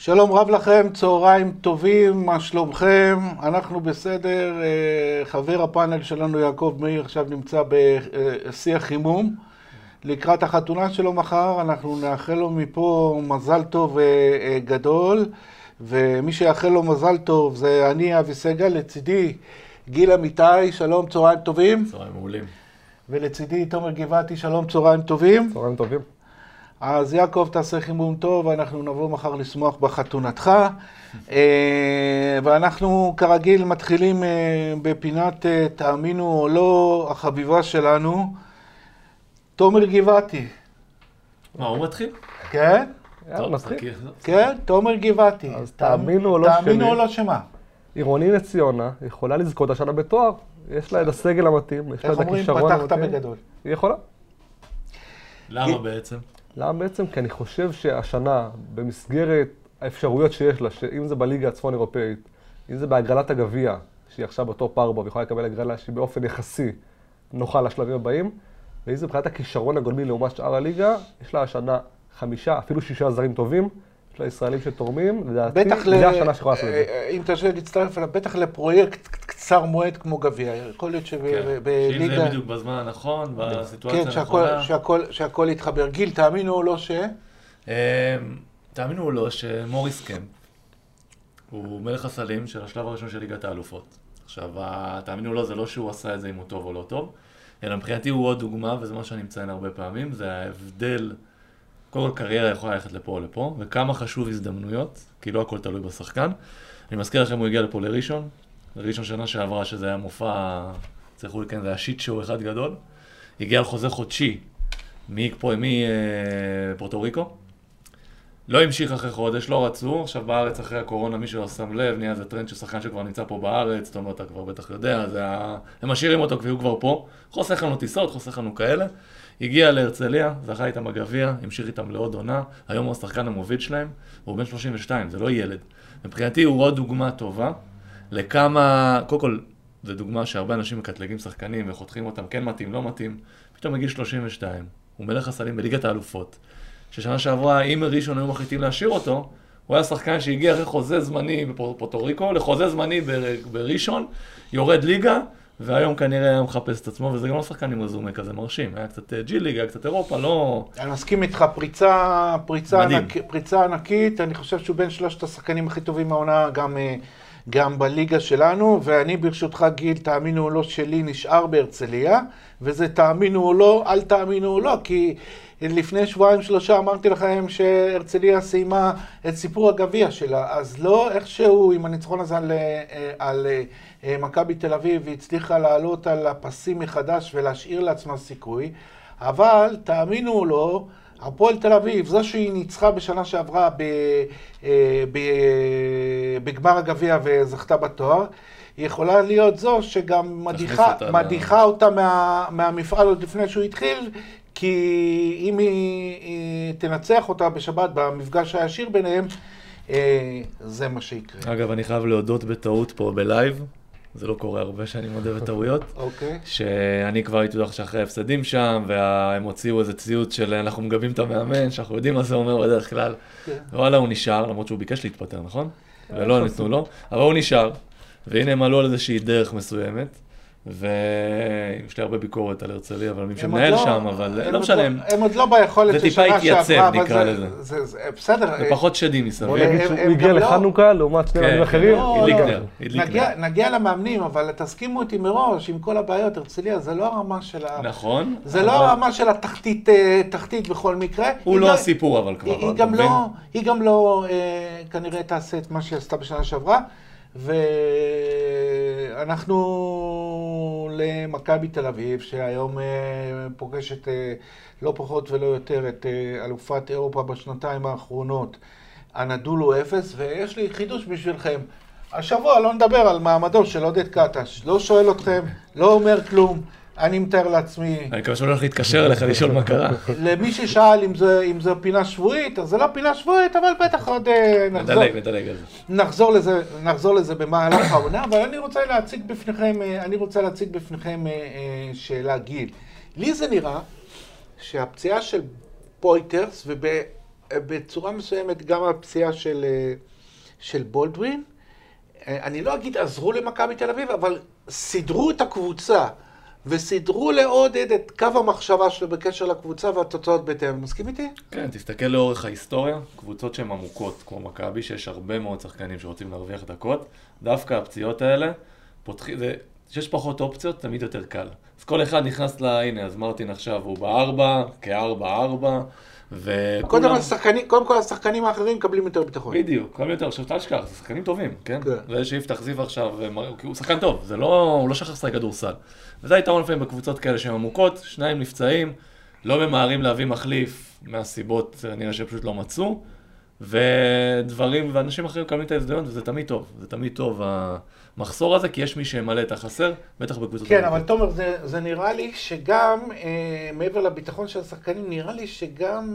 שלום רב לכם, צהריים טובים, מה שלומכם? אנחנו בסדר, חבר הפאנל שלנו יעקב מאיר עכשיו נמצא בשיח חימום לקראת החתונה שלו מחר, אנחנו נאחל לו מפה מזל טוב גדול, ומי שיאחל לו מזל טוב זה אני אבי סגל, לצידי גיל אמיתי, שלום, צהריים טובים. צהריים מעולים. ולצידי תומר גבעתי, שלום, צהריים טובים. צהריים טובים. אז יעקב תעשה חימום טוב, אנחנו נבוא מחר לשמוח בחתונתך. ואנחנו כרגיל מתחילים בפינת תאמינו או לא, החביבה שלנו, תומר גבעתי. מה, הוא מתחיל? כן? מתחיל. כן, תומר גבעתי. אז תאמינו או לא שלי. תאמינו או לא שמה. עירוני נס ציונה יכולה לזכות השנה בתואר. יש לה את הסגל המתאים, יש לה את הכישרון המתאים. פתחת בגדול. היא יכולה. למה בעצם? למה בעצם? כי אני חושב שהשנה, במסגרת האפשרויות שיש לה, שאם זה בליגה הצפון אירופאית, אם זה בהגרלת הגביע, שהיא עכשיו בטופ 4 ויכולה לקבל הגרלה שהיא באופן יחסי נוחה לשלבים הבאים, ואם זה מבחינת הכישרון הגולמי לעומת שאר הליגה, יש לה השנה 5, אפילו 6 זרים טובים, יש לה ישראלים שתורמים, לדעתי, זה השנה שיכולה לעשות את זה. אם תרשה להצטרף אליו, בטח לפרויקט קצר מועד כמו גביע, יכול להיות שבליגה... שאם זה בדיוק בזמן הנכון, בסיטואציה הנכונה... שהכל יתחבר. גיל, תאמינו או לא ש... תאמינו או לא שמוריס קמפ הוא מלך הסלים של השלב הראשון של ליגת האלופות. עכשיו, תאמינו או לא, זה לא שהוא עשה את זה אם הוא טוב או לא טוב, אלא מבחינתי הוא עוד דוגמה, וזה מה שאני מציין הרבה פעמים, זה ההבדל, כל קריירה יכולה ללכת לפה או לפה, וכמה חשוב הזדמנויות, כי לא הכל תלוי בשחקן. אני מזכיר לכם, הוא הגיע לפה לראשון שנה שעברה, שזה היה מופע, צריכו לכן, זה היה שיט שואו אחד גדול. הגיע על חוזה חודשי מפורטו ריקו. לא המשיך אחרי חודש, לא רצו. עכשיו בארץ אחרי הקורונה, מי שלא שם לב, נהיה זה טרנד ששחקן שכבר נמצא פה בארץ, זאת אומרת, אתה כבר בטח יודע, הם משאירים אותו והוא כבר פה. חוסך לנו טיסות, חוסך לנו כאלה. הגיע להרצליה, זכה איתם הגביע, המשיך איתם לעוד עונה. היום הוא השחקן המוביל שלהם, והוא בן 32, זה לא ילד. מבחינתי הוא עוד דוגמה טובה לכמה, קודם כל, זו דוגמה שהרבה אנשים מקטלגים שחקנים וחותכים אותם, כן מתאים, לא מתאים. פתאום מגיל 32, הוא מלך הסלים בליגת האלופות. ששנה שעברה, אם ראשון היו מחליטים להשאיר אותו, הוא היה שחקן שהגיע אחרי חוזה זמני בפורטו ריקו, לחוזה זמני בראשון, יורד ליגה, והיום כנראה היה מחפש את עצמו, וזה גם לא שחקן עם רזומה כזה מרשים. היה קצת ג'י ליג, היה קצת אירופה, לא... אני מסכים איתך, פריצה ענקית, אני חושב שהוא בין 3 השחקנים הכי טובים מהעונה, גם בליגה שלנו, ואני ברשותך גיל, תאמינו או לא שלי נשאר בהרצליה, וזה תאמינו או לא, אל תאמינו או לא, כי לפני 2-3 אמרתי לכם שהרצליה סיימה את סיפור הגביע שלה, אז לא איכשהו עם הניצחון הזה על מכבי תל אביב, היא הצליחה לעלות על הפסים מחדש ולהשאיר לעצמה סיכוי, אבל תאמינו או לא, הפועל תל אביב, זו שהיא ניצחה בשנה שעברה בגמר הגביע וזכתה בתואר, היא יכולה להיות זו שגם מדיחה אותה מהמפעל עוד לפני שהוא התחיל, כי אם היא תנצח אותה בשבת במפגש הישיר ביניהם, זה מה שיקרה. אגב, אני חייב להודות בטעות פה בלייב, זה לא קורה הרבה שאני מודה בטעויות, שאני כבר הייתי יודעת שאחרי ההפסדים שם, והם הוציאו איזה ציוץ של אנחנו מגבים את המאמן, שאנחנו יודעים מה זה אומר בדרך כלל, וואלה הוא נשאר, למרות שהוא ביקש להתפטר, נכון? ולא נתנו לו, אבל הוא נשאר, והנה הם עלו על איזושהי דרך מסוימת, ויש לי הרבה ביקורת על הרצליה, אבל מי שמנהל שם, אבל לא משנה, הם עוד לא ביכולת זה טיפה התייצב, נקרא לזה. בסדר. ופחות שדים מסביב. בוא נגיד שהוא הגיע לחנוכה, לעומת שני מאמנים אחרים. נגיע למאמנים, אבל תסכימו אותי מראש, עם כל הבעיות, הרצליה זה לא הרמה של נכון. זה לא הרמה של התחתית בכל מקרה. הוא לא הסיפור, אבל כבר. היא גם לא כנראה תעשה את מה שהיא עשתה בשנה שעברה. ואנחנו למכבי תל אביב, שהיום פוגשת לא פחות ולא יותר את אלופת אירופה בשנתיים האחרונות, הנדולו 0, ויש לי חידוש בשבילכם. השבוע לא נדבר על מעמדו של עודד קטש, לא שואל אתכם, לא אומר כלום. אני מתאר לעצמי... אני מקווה שלא הולך להתקשר אליך לשאול מה קרה. למי ששאל אם זו פינה שבועית, אז זה לא פינה שבועית, אבל בטח עוד נדלג על זה. נחזור לזה במהלך העונה, אבל אני רוצה להציג בפניכם שאלה גיל. לי זה נראה שהפציעה של פויטרס, בצורה מסוימת גם הפציעה של בולדווין. אני לא אגיד עזרו למכבי תל אביב, אבל סידרו את הקבוצה, וסידרו לעודד את קו המחשבה שלו בקשר לקבוצה והתוצאות בהתאם. מסכים איתי? כן, תסתכל לאורך ההיסטוריה, קבוצות שהן עמוקות כמו מכבי, שיש הרבה מאוד שחקנים שרוצים להרוויח דקות, דווקא הפציעות האלה, שיש פחות אופציות, תמיד יותר קל. אז כל אחד נכנס הנה, אז מרטין עכשיו הוא בארבע, כ4-4, קודם כל השחקנים האחרים מקבלים יותר ביטחון. בדיוק, מקבלים יותר, עכשיו תשכח, זה שחקנים טובים, כן? זה שיפתח זיו עכשיו, הוא שחקן טוב, הוא לא שכח לשחק כדורסל. וזה היתרון לפעמים בקבוצות כאלה שהן עמוקות, שניים נפצעים, לא ממהרים להביא מחליף מהסיבות נראה שפשוט לא מצאו, ודברים, ואנשים אחרים מקבלים את ההזדמנות, וזה תמיד טוב, זה תמיד טוב המחסור הזה, כי יש מי שמלא את החסר, בטח בקבוצות. כן, אבל תומר, זה נראה לי שגם, מעבר לביטחון של השחקנים, נראה לי שגם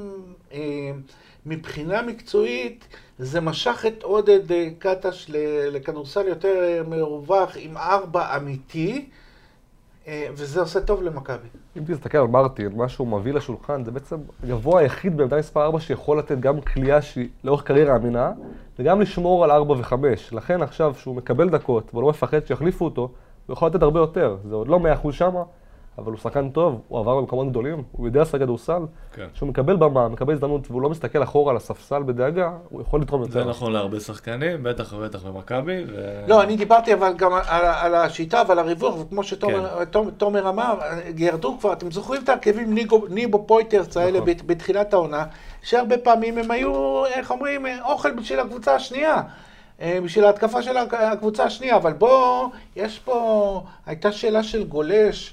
מבחינה מקצועית, זה משך את עודד קטש לכדורסל יותר מרווח עם 4 אמיתי, וזה עושה טוב למכבי. אם תסתכל על מרטין, מה שהוא מביא לשולחן, זה בעצם הגבוה היחיד בעמדה מספר 4 שיכול לתת גם קליעה שהיא לאורך קריירה אמינה, וגם לשמור על 4 ו-5. לכן עכשיו שהוא מקבל דקות, והוא לא מפחד שיחליפו אותו, הוא יכול לתת הרבה יותר. זה עוד לא 100% שמה, אבל הוא שחקן טוב, הוא עבר במקומות גדולים, הוא יודע לשחק כדורסל. כן. שהוא מקבל במה, מקבל הזדמנות, והוא לא מסתכל אחורה על הספסל בדאגה, הוא יכול לתרום יותר. זה נכון להרבה שחקנים, בטח במכבי. לא, אני דיברתי אבל גם על השיטה ועל הריווח, וכמו שתומר אמר, ירדו כבר, אתם זוכרים את הרכבים ניבו פויטרס האלה בתחילת העונה, שהרבה פעמים הם היו, איך אומרים, אוכל בשביל הקבוצה השנייה. בשביל ההתקפה של הקבוצה השנייה, אבל הייתה שאלה של גולש,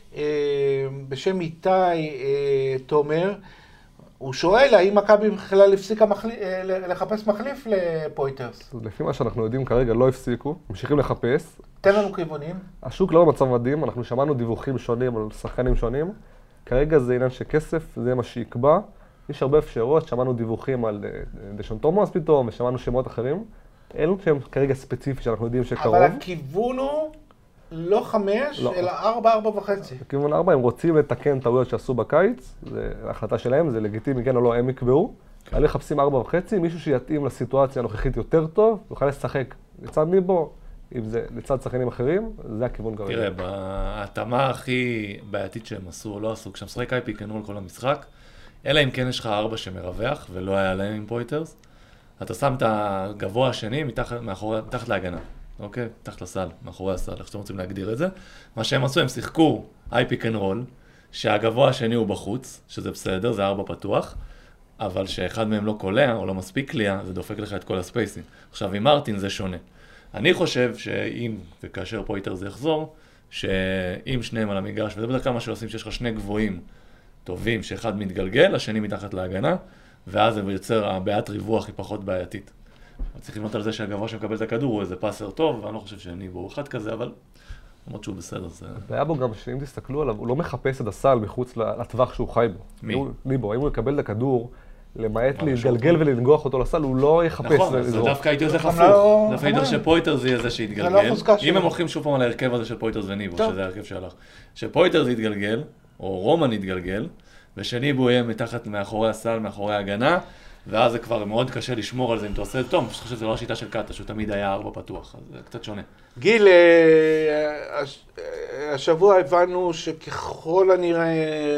בשם איתי תומר, הוא שואל האם מכבי בכלל הפסיקה לחפש מחליף לפויטרס. לפי מה שאנחנו יודעים כרגע לא הפסיקו, ממשיכים לחפש. תן לנו כיוונים. השוק לא במצב מדהים, אנחנו שמענו דיווחים שונים על שחקנים שונים. כרגע זה עניין שכסף, זה מה שיקבע. יש הרבה אפשרות, שמענו דיווחים על דשון תומאס פתאום, ושמענו שמות אחרים. אלו שהם כרגע ספציפי שאנחנו יודעים שקרוב. אבל הכיוון הוא לא 5, אלא 4.5. בכיוון 4, הם רוצים לתקן טעויות שעשו בקיץ, זו החלטה שלהם, זה לגיטימי, כן או לא, הם יקבעו. עלי חפשים 4.5, מישהו שיתאים לסיטואציה הנוכחית יותר טוב, יוכל לשחק לצד ניבו, אם זה לצד שחקנים אחרים, זה הכיוון כרגע. תראה, בהתאמה הכי בעייתית שהם עשו או לא עשו, כשהם שחק אייפי קנו על כל המשחק, אלא אם כן יש לך 4 שמרווח, ולא היה להם עם פויטרס, אתה שם את הגבוה השני מתחת להגנה. אוקיי? תחת לסל, מאחורי הסל, איך שאתם רוצים להגדיר את זה. מה שהם עשו, הם שיחקו אייפיק אנד רול, שהגבוה השני הוא בחוץ, שזה בסדר, זה 4 פתוח, אבל שאחד מהם לא קולע או לא מספיק קליעה, זה דופק לך את כל הספייסים. עכשיו, עם מרטין זה שונה. אני חושב שאם וכאשר פויטר זה יחזור, שאם שניהם על המגרש, וזה בדרך כלל מה שעושים, שיש לך 2 גבוהים טובים, שאחד מתגלגל, השני מתחת להגנה, ואז זה יוצר, הבעיית ריווח היא פחות בעייתית. צריך ללמוד על זה שהגבוה שמקבל את הכדור הוא איזה פאסר טוב, ואני לא חושב שניבו הוא אחד כזה, אבל למרות שהוא בסדר. היה בו גם שאם תסתכלו עליו, הוא לא מחפש את הסל מחוץ לטווח שהוא חי בו. מי? ניבו, אם הוא יקבל את הכדור, למעט להתגלגל ולנגוח אותו לסל, הוא לא יחפש. נכון, זה דווקא הייתי הולך הפוך. דווקא הייתי שפויטר זה יהיה זה שיתגלגל. אם הם הולכים שוב פעם על ההרכב הזה של פויטר וניבו, שזה ההרכב שהלך. שפויטר זה יתגלגל, או רומן יתגלגל, ושניבו יהיה מתחת מאחורי הסל, מאחורי ההגנה, ואז זה כבר מאוד קשה לשמור על זה אם אתה עושה את טוב, אני חושב שזה לא השיטה של קאטה, שהוא תמיד היה 4 פתוח, אז זה קצת שונה. גיל, השבוע הבנו שככל הנראה,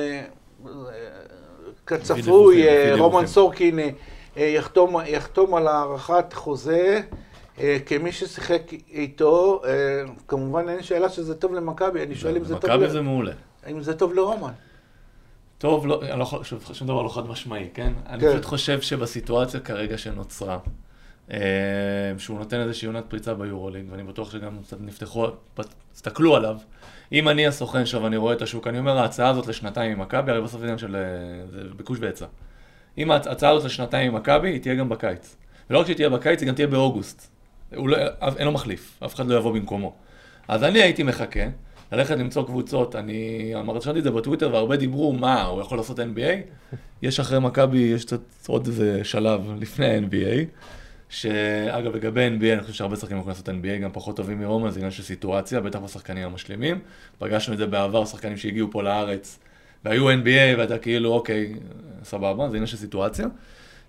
כצפוי, רומן סורקין יחתום על הארכת חוזה, כמי ששיחק איתו, כמובן אין שאלה שזה טוב למכבי, אני שואל אם זה טוב למכבי זה מעולה. אם זה טוב לרומן. טוב, שום דבר לא חד משמעי, כן? אני פשוט חושב שבסיטואציה כרגע שנוצרה, שהוא נותן איזושהי עונת פריצה ביורוליג, ואני בטוח שגם קצת נפתחו, תסתכלו עליו. אם אני הסוכן שוב ואני רואה את השוק, אני אומר, ההצעה הזאת לשנתיים עם מכבי, הרי בסוף עניין של ביקוש והיצע. אם ההצעה הזאת לשנתיים עם מכבי, היא תהיה גם בקיץ. ולא רק שהיא תהיה בקיץ, היא גם תהיה באוגוסט. אין לו מחליף, אף אחד לא יבוא במקומו. אז אני הייתי מחכה, ללכת למצוא קבוצות, אני אמרתי את זה בטוויטר, והרבה דיברו, מה, הוא יכול לעשות NBA? יש אחרי מכבי, יש עוד איזה שלב לפני ה-NBA, שאגב, לגבי NBA, אני חושב שהרבה שחקנים יכולים לעשות NBA, גם פחות טובים מרומן, זה עניין של סיטואציה, בטח בשחקנים המשלימים. פגשנו את זה בעבר, שחקנים שהגיעו פה לארץ, והיו NBA, ואתה כאילו, אוקיי, סבבה, זה עניין של סיטואציה.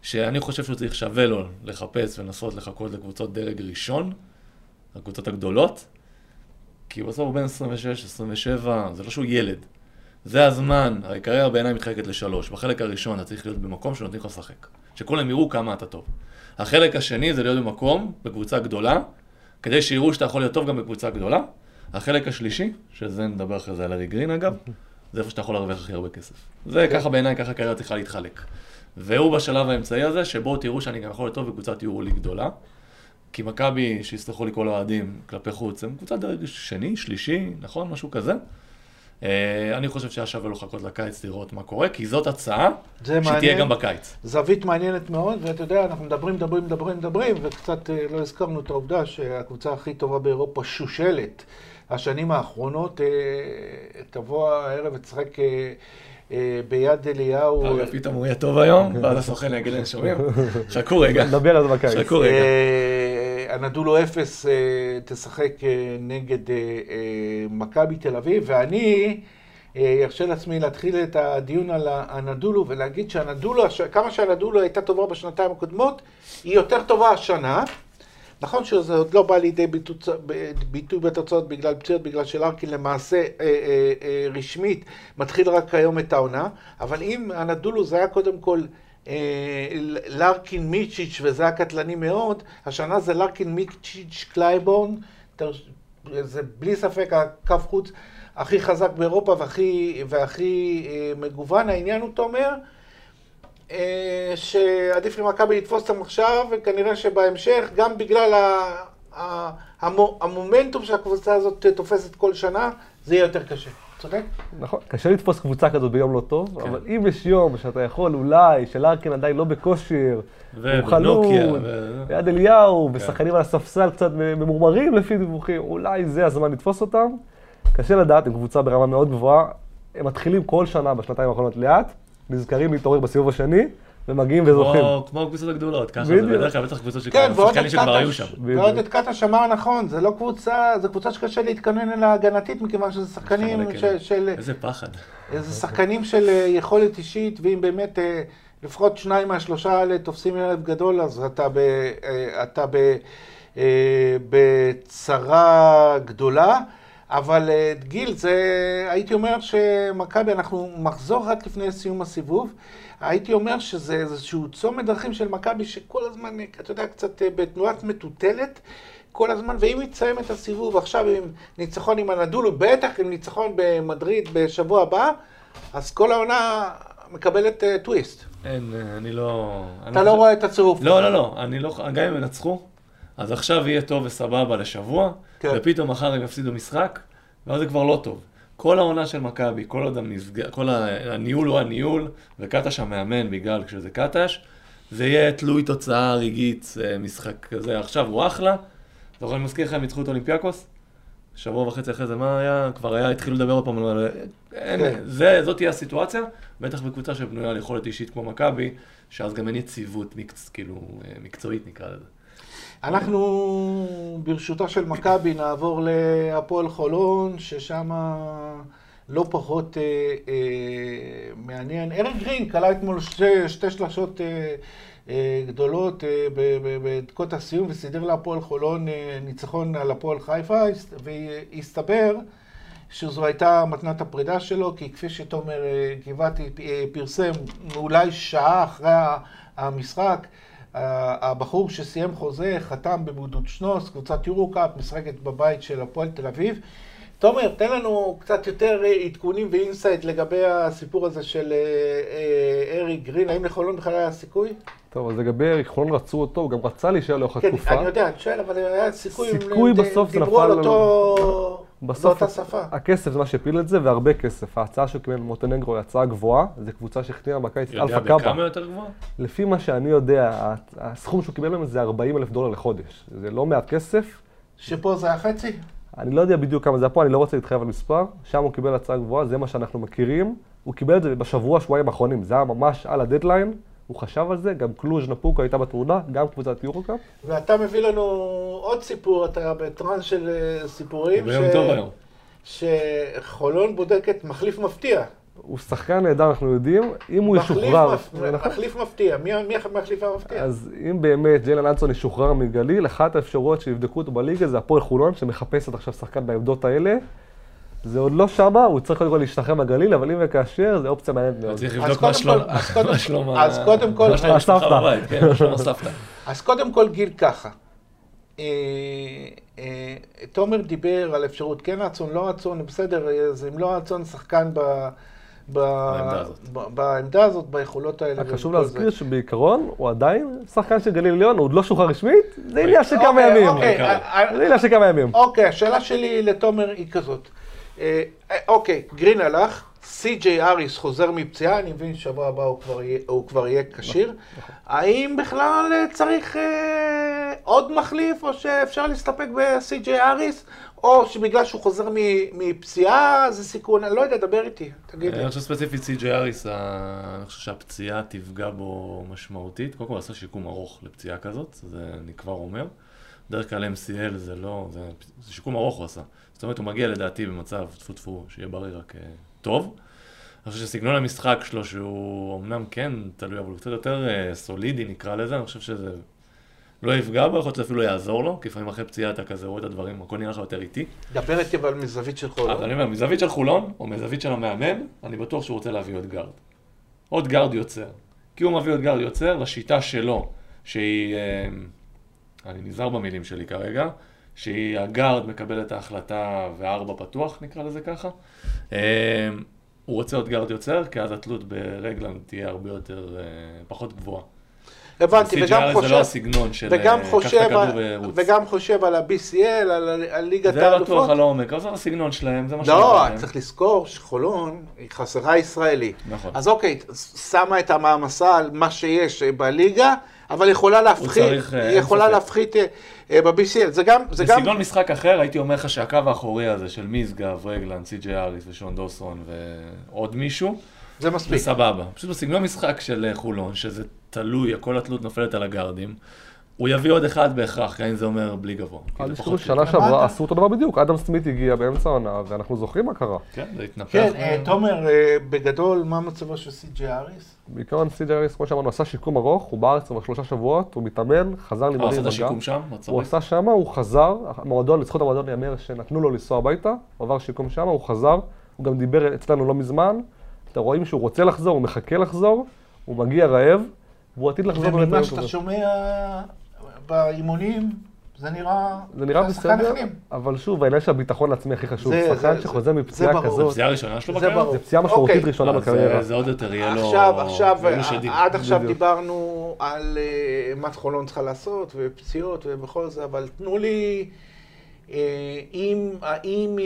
שאני חושב שהוא צריך שווה לו לחפש ולנסות לחכות לקבוצות דרג ראשון, הקבוצות הגדולות, כי בסוף הוא בין 26, 27, זה לא שהוא ילד. זה הזמן, הקריירה בעיניי מתחלקת ל3. בחלק הראשון אתה צריך להיות במקום שנותנים לך לשחק. שכולם יראו כמה אתה טוב. החלק השני זה להיות במקום, בקבוצה גדולה, כדי שיראו שאתה יכול להיות טוב גם בקבוצה גדולה. החלק השלישי, שזה נדבר אחרי זה על ארי גרין אגב, זה איפה שאתה יכול להרוויח הכי הרבה כסף. זה ככה בעיניי, ככה הקריירה צריכה להתחלק. והוא בשלב האמצעי הזה, שבו תראו שאני גם יכול להיות טוב בקבוצת יורוליג גדולה. כי מכבי, שיסלחו לי כל האוהדים כלפי חוץ, הם קבוצת דרג שני, שלישי, נכון? משהו כזה. אני חושב שהיה שווה לו לחכות לקיץ לראות מה קורה, כי זאת הצעה שתהיה גם בקיץ. זווית מעניינת מאוד, ואתה יודע, אנחנו מדברים, וקצת לא הזכרנו את העובדה שהקבוצה הכי טובה באירופה שושלת. השנים האחרונות תבוא הערב ותשחק ביד אליהו. אגב, פתאום הוא יהיה טוב היום, ואז הסוכן יגיד להם שומעים. חכו רגע. נדבר על זה בקיץ. חכו רגע. הנדולו 0 תשחק נגד מכבי תל אביב, ואני ארשה לעצמי להתחיל את הדיון על הנדולו ולהגיד שהנדולו, כמה שהנדולו הייתה טובה בשנתיים הקודמות, היא יותר טובה השנה. נכון שזה עוד לא בא לידי ביטוי בתוצאות בגלל פציעות, בגלל שלארקין למעשה רשמית מתחיל רק היום את העונה, אבל אם הנדולו זה היה קודם כל לארקין מיצ'יץ' וזה היה קטלני מאוד, השנה זה לארקין מיצ'יץ' קלייבורן, זה בלי ספק הקו חוץ הכי חזק באירופה והכי מגוון. העניין הוא תומר, שעדיף למכבי לתפוס אותם עכשיו, וכנראה שבהמשך, גם בגלל המומנטום שהקבוצה הזאת תופסת כל שנה, זה יהיה יותר קשה. צודק? נכון, קשה לתפוס קבוצה כזאת ביום לא טוב, אבל אם יש יום שאתה יכול אולי, שלארקין עדיין לא בכושר, הוא חלוד, ויד אליהו, ושחקנים על הספסל קצת ממורמרים לפי דיווחים, אולי זה הזמן לתפוס אותם. קשה לדעת, הם קבוצה ברמה מאוד גבוהה, הם מתחילים כל שנה בשנתיים האחרונות לאט, נזכרים להתעורר בסיבוב השני, ומגיעים וזוכים. כמו הקבוצות הגדולות, ככה זה בדרך כלל בטח קבוצות שחקנים שכבר היו שם. ועוד את קטש אמר נכון, זה לא קבוצה, זו קבוצה שקשה להתכונן אליה הגנתית, מכיוון שזה שחקנים של... איזה פחד. זה שחקנים של יכולת אישית, ואם באמת לפחות 2 מה-3 האלה תופסים ילד גדול, אז אתה בצרה גדולה. אבל גיל, הייתי אומר שמכבי, אנחנו מחזור רק לפני סיום הסיבוב, הייתי אומר שזה איזשהו צומת דרכים של מכבי שכל הזמן, אתה יודע, קצת בתנועת מטוטלת, כל הזמן, ואם יצאים את הסיבוב עכשיו עם ניצחון עם הנדולו, בטח עם ניצחון במדריד בשבוע הבא, אז כל העונה מקבלת טוויסט. אין, אני לא... אתה לא רואה את הצירוף? לא, אני לא, גם אם ינצחו, אז עכשיו יהיה טוב וסבבה לשבוע, ופתאום מחר הם יפסידו משחק, ואז זה כבר לא טוב. כל העונה של מכבי, כל הניהול הוא הניהול, וקטש המאמן בגלל כשזה קטש, זה יהיה תלוי תוצאה רגעית, משחק כזה. עכשיו הוא אחלה, אני מזכיר לכם, ניצחו את אולימפיאקוס, שבוע וחצי אחרי זה מה היה? כבר התחילו לדבר עוד פעם, זאת תהיה הסיטואציה, בטח בקבוצה שבנויה על יכולת אישית כמו מכבי, שאז גם אין יציבות מקצועית נקרא לזה. אנחנו ברשותה של מכבי נעבור להפועל חולון, ששם לא פחות מעניין. ארי גרין קלה אתמול שתי שלשות גדולות בדקות הסיום וסידר להפועל חולון ניצחון על הפועל חיפה, והסתבר שזו הייתה מתנת הפרידה שלו, כי כפי שתומר גבעתי פרסם אולי שעה אחרי המשחק, הבחור שסיים חוזה חתם בבודוצ'נוס, קבוצת יורו-קאפ, משחקת בבית של הפועל תל אביב. תומר, תן לנו קצת יותר עדכונים ואינסייט לגבי הסיפור הזה של ארי גרין. האם לחולון בכלל היה סיכוי? טוב, אז לגבי ארי, חולון רצו אותו, הוא גם רצה להישאר לאורך התקופה. כן, אני יודע, אני שואל, אבל היה סיכוי בסוף זה דיברו נפל על באותה שפה. הכסף זה מה שהפיל את זה, והרבה כסף. ההצעה שהוא קיבל ממונטנגרו היא הצעה גבוהה, זו קבוצה שהחתימה מכבי אלפא קאבה. בכמה יותר גבוהה? לפי מה שאני יודע, הסכום שהוא קיבל מהם זה $40,000 לחודש. זה לא מעט כסף. שפה זה היה חצי? אני לא יודע בדיוק כמה זה היה פה, אני לא רוצה להתחייב על מספר. שם הוא קיבל הצעה גבוהה, זה מה שאנחנו מכירים. הוא קיבל את זה בשבוע, שבועיים האחרונים. זה היה ממש על הדדליין. הוא חשב על זה, גם קלוז' נפוקו הייתה בתמונה, גם קבוצת יורו-קאפ. ואתה מביא לנו עוד סיפור, אתה בטרנס של סיפורים. ביום טוב היום. שחולון בודקת מחליף מפתיע. הוא שחקן נהדר, אנחנו יודעים, אם הוא ישוחרר... מחליף מפתיע, מי המחליף המפתיע? אז אם באמת ג'יילן אנסון ישוחרר מגליל, אחת האפשרויות שיבדקו אותו בליגה זה הפועל חולון, שמחפשת עכשיו שחקן בעמדות האלה. זה עוד לא שמה, הוא צריך קודם כל להשתחרר מהגליל, אבל אם וכאשר, זה אופציה מעניינת מאוד. צריך לבדוק מה שלום הסבתא. אז קודם כל גיל ככה. תומר דיבר על אפשרות כן רצון, לא רצון, בסדר, אז אם לא רצון, שחקן בעמדה הזאת, ביכולות האלה. חשוב להזכיר שבעיקרון הוא עדיין שחקן של גליל עליון, הוא עוד לא שי.ג'יי רשמית, זה עניין של כמה ימים. זה עניין של כמה ימים. אוקיי, השאלה שלי לתומר היא כזאת. אוקיי, גרין הלך, סי.ג'יי אריס חוזר מפציעה, אני מבין שבוע הבא הוא כבר יהיה כשיר. האם בכלל צריך עוד מחליף, או שאפשר להסתפק בסי.ג'יי אריס, או שבגלל שהוא חוזר מפציעה זה סיכון, אני לא יודע, דבר איתי, תגיד לי. אני חושב ספציפית סי.ג'יי אריס, אני חושב שהפציעה תפגע בו משמעותית. קודם כל עשה שיקום ארוך לפציעה כזאת, זה אני כבר אומר. דרך כלל MCL זה לא, זה שיקום ארוך הוא עשה. זאת אומרת, הוא מגיע לדעתי במצב טפו שיהיה בריא רק טוב. אני חושב שסגנון המשחק שלו, שהוא אמנם כן תלוי, אבל הוא קצת יותר סולידי נקרא לזה, אני חושב שזה לא יפגע בו, יכול להיות שאפילו יעזור לו, כי לפעמים אחרי פציעה אתה כזה רואה את הדברים, הכל נראה לך יותר איטי. דבר איתי אבל מזווית של חולון. אז אני אומר, מזווית של חולון, או מזווית של המאמן, אני בטוח שהוא רוצה להביא עוד גארד. עוד גארד יוצר. כי הוא מביא עוד גארד יוצר לשיטה שלו, שהיא, אני נזהר במילים שלי כרגע, שהיא הגארד מקבל את ההחלטה וארבע פתוח, נקרא לזה ככה. הוא רוצה עוד גארד יוצר, כי אז התלות ברגלנד תהיה הרבה יותר, פחות גבוהה. הבנתי, וגם חושב על ה-BCL, על ליגת האלופות. זה בטוח על העומק, אבל זה הסגנון שלהם, זה מה שלהם. לא, צריך לזכור שחולון היא חסרה ישראלי. נכון. אז אוקיי, שמה את המעמסה על מה שיש בליגה, אבל יכולה להפחית ב-BCL. זה גם... בסגנון משחק אחר, הייתי אומר לך שהקו האחורי הזה של מיסגב, רגלנד, סי.ג'יי אריס ושון דוסון ועוד מישהו, זה מספיק. זה סבבה. פשוט בסגנון משחק של חולון, שזה תלוי, הכל התלות נופלת על הגארדים, הוא יביא עוד אחד בהכרח, גם אם זה אומר בלי גבוה. שנה שעברה עשו אותו דבר בדיוק, אדם סמית הגיע באמצע העונה, ואנחנו זוכרים מה קרה. כן, זה התנפח. כן, תומר, בגדול, מה מצבו של סי.ג'יי אריס? בעיקרון סי.ג'יי אריס, כמו שאמרנו, עשה שיקום ארוך, הוא בארץ כבר 3 שבועות, הוא מתאמן, חזר לימודים. עשה את השיקום שם? הוא עשה שם, הוא חזר, המועדון, לזכות המועדון יאמר שנתנו לו לנסוע הביתה, הוא עבר שיקום שם, הוא חזר, הוא גם דיבר אצלנו לא מזמן, אתם רואים שהוא רוצה לחזור, הוא מחכה לחזור, הוא מגיע רעב, והוא עתיד לחזור באמת. וממה שאתה שומע באימונים, זה נראה בסדר, אבל שוב, העניין של הביטחון העצמי הכי חשוב. שחקן שחוזר מפציעה כזאת, פציעה ראשונה שלו בקריירה? זה פציעה משמעותית ראשונה בקריירה. זה עוד יותר יהיה לו... עד עכשיו דיברנו על מה חולון צריכה לעשות, ופציעות ובכל זה, אבל תנו לי... האם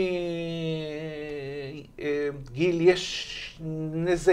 גיל יש נזק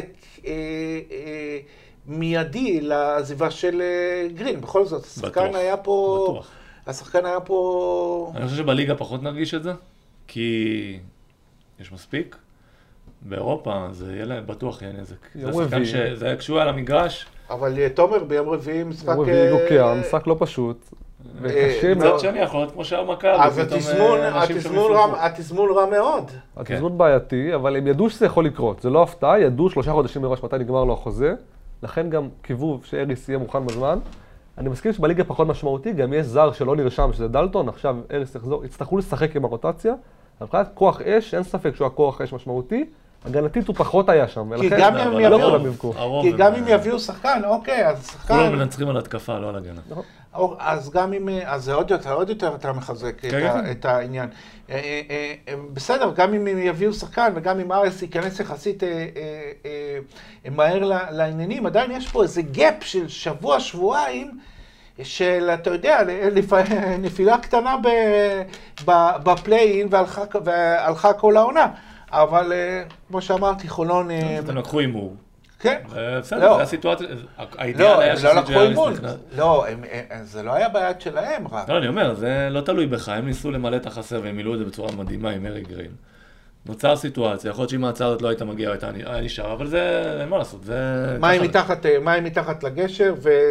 מיידי לעזיבה של גרין? בכל זאת, השחקן היה פה... אני חושב שבליגה פחות נרגיש את זה, כי יש מספיק. באירופה זה יהיה להם בטוח יהיה נזק. זה שחקן שזה כשהוא על המגרש. אבל תומר ביום רביעי משחק... יום רביעי גוקע, משחק לא פשוט. מצד שני, יכול להיות כמו שער מכבי. אז התזמון רע מאוד. התזמון בעייתי, אבל הם ידעו שזה יכול לקרות. זה לא הפתעה, ידעו 3 חודשים מראש מתי נגמר לו החוזה. לכן גם קיוו שאריס יהיה מוכן בזמן. אני מסכים שבליגה פחות משמעותי, גם יש זר שלא נרשם, שזה דלטון, עכשיו אריס יחזור, יצטרכו לשחק עם הרוטציה. מבחינת כוח אש, אין ספק שהוא הכוח אש משמעותי. הגנתית הוא פחות היה שם, ולכן לא כולם יבקו. כי גם אם יביאו שחקן, אוקיי, אז שחקן... כולם מנצחים על התקפה, לא על הגנה. אז גם אם... אז זה עוד יותר אתה מחזק את העניין. בסדר, גם אם יביאו שחקן, וגם אם אריס ייכנס יחסית מהר לעניינים, עדיין יש פה איזה גאפ של שבוע-שבועיים, של, אתה יודע, נפילה קטנה בפליין, והלכה כל העונה. אבל כמו שאמרתי, חולון... אתם לקחו אימור. כן. בסדר, זה הסיטואציה, האידיאל היה לא לקחו אימור. לא, זה לא היה ביד שלהם רק. לא, אני אומר, זה לא תלוי בך, הם ניסו למלא את החסר והם מילאו את זה בצורה מדהימה עם אריק גרין. נוצר סיטואציה, יכול להיות שאם ההצעה הזאת לא הייתה מגיעה, היה נשאר, אבל זה, אין מה לעשות, זה... מים מתחת לגשר,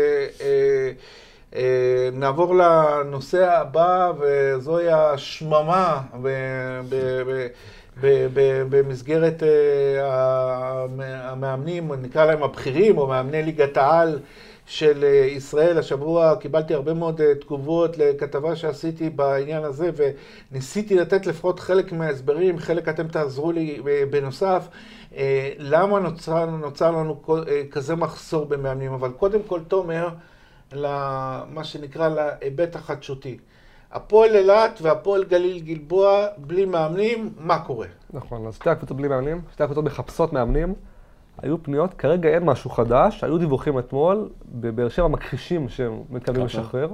ונעבור לנושא הבא, וזוהי השממה במסגרת המאמנים, נקרא להם הבכירים, או מאמני ליגת העל של ישראל. השבוע קיבלתי הרבה מאוד תגובות לכתבה שעשיתי בעניין הזה, וניסיתי לתת לפחות חלק מההסברים, חלק אתם תעזרו לי בנוסף, למה נוצר לנו כזה מחסור במאמנים. אבל קודם כל, תומר, למה שנקרא להיבט החדשותי. הפועל אילת והפועל גליל גלבוע בלי מאמנים, מה קורה? נכון, אז שתי הקבוצות בלי מאמנים, שתי הקבוצות מחפשות מאמנים. היו פניות, כרגע אין משהו חדש, היו דיווחים אתמול, בבאר שבע מכחישים שהם מתכוונים לשחרר.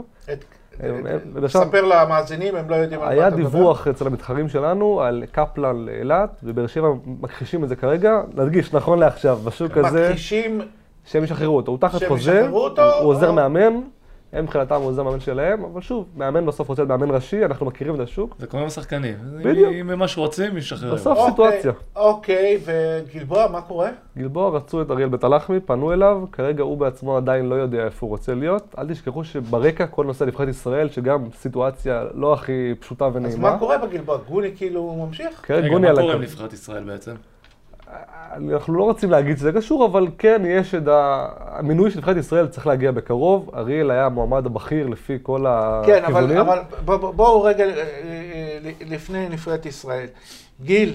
ספר למאזינים, הם לא יודעים על מה אתה מדבר. היה דיווח אצל המתחרים שלנו על קפלן לאילת, ובאר שבע מכחישים את זה כרגע. נדגיש, נכון לעכשיו, בשוק הזה... מכחישים... שהם ישחררו אותו, הוא תחת חוזה, הוא עוזר מאמן. הם מבחינתם הוא עוזר מאמן שלהם, אבל שוב, מאמן בסוף רוצה להיות מאמן ראשי, אנחנו מכירים את השוק. זה כמו עם השחקנים. בדיוק. אם הם משהו רוצים, ישחררים. בסוף סיטואציה. אוקיי, וגלבוע, מה קורה? גלבוע רצו את אריאל בית הלחמי, פנו אליו, כרגע הוא בעצמו עדיין לא יודע איפה הוא רוצה להיות. אל תשכחו שברקע כל נושא נבחרת ישראל, שגם סיטואציה לא הכי פשוטה ונעימה. אז מה קורה בגלבוע? גוני כאילו ממשיך? כרגע גוני על מה קורה עם נבחרת ישראל בעצם? אנחנו לא רוצים להגיד שזה קשור, אבל כן, יש את המינוי של נבחרת ישראל צריך להגיע בקרוב. אריאל היה המועמד הבכיר לפי כל הכיוונים. כן, אבל בואו רגע לפני נבחרת ישראל. גיל,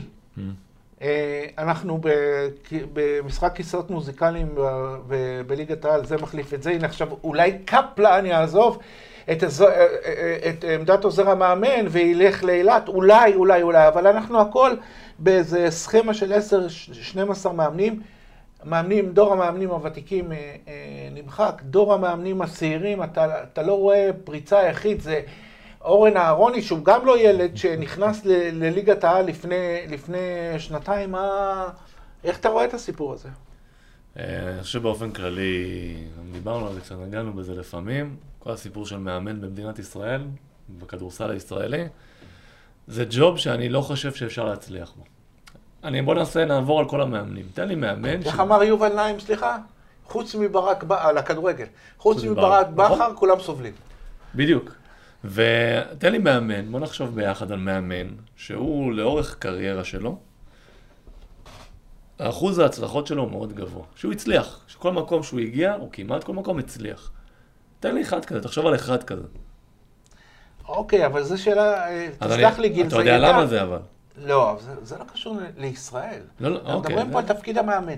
אנחנו במשחק כיסאות מוזיקליים בליגת העל, זה מחליף את זה. הנה עכשיו, אולי קפלן יעזוב את עמדת עוזר המאמן וילך לאילת, אולי, אבל אנחנו הכל באיזה סכמה של 10-12 מאמנים, דור המאמנים הוותיקים נמחק, דור המאמנים הצעירים, אתה לא רואה פריצה יחיד, זה אורן אהרוני, שהוא גם לא ילד, שנכנס לליגת העל לפני שנתיים, איך אתה רואה את הסיפור הזה? אני חושב באופן כללי, דיברנו על זה, כשנגענו בזה לפעמים, כל הסיפור של מאמן במדינת ישראל, בכדורסל הישראלי, זה ג'וב שאני לא חושב שאפשר להצליח בו. בוא נעבור על כל המאמנים. תן לי מאמן איך אמר יובל נעים, סליחה? חוץ מברק, על הכדורגל. חוץ מברק בכר, כולם סובלים. בדיוק. ותן לי מאמן, בוא נחשוב ביחד על מאמן, שהוא לאורך קריירה שלו, האחוז ההצלחות שלו הוא מאוד גבוה. שהוא הצליח, שכל מקום שהוא הגיע, הוא כמעט כל מקום הצליח. תן לי אחד כזה, תחשוב על אחד כזה. אוקיי, אבל זו שאלה, תסלח לי גיל, אתה יודע למה זה אבל? לא, זה לא קשור לישראל. לא, אוקיי. אנחנו מדברים פה על תפקיד המאמן.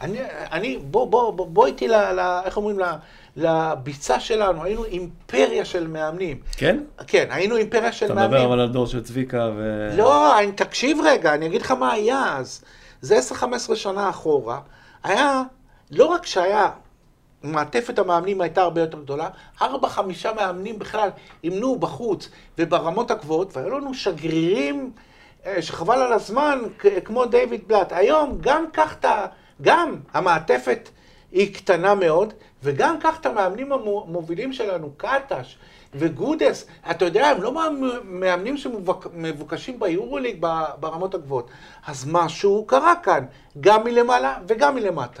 בוא איתי, איך אומרים, לביצה שלנו, היינו אימפריה של מאמנים. כן? כן, היינו אימפריה של מאמנים. אתה מדבר אבל על דור של צביקה ו... לא, תקשיב רגע, אני אגיד לך מה היה אז. זה 10-15 שנה אחורה. היה, לא רק שהיה, מעטפת המאמנים הייתה הרבה יותר גדולה, 4-5 מאמנים בכלל אימנו בחוץ וברמות הגבוהות, והיו לנו שגרירים שחבל על הזמן, כמו דיוויד בלאט. היום גם המעטפת היא קטנה מאוד, וגם כך את המאמנים המובילים שלנו, קטש וגודס, אתה יודע, הם לא מאמנים שמבוקשים ביורוליג ברמות הגבוהות. אז משהו קרה כאן, גם מלמעלה וגם מלמטה.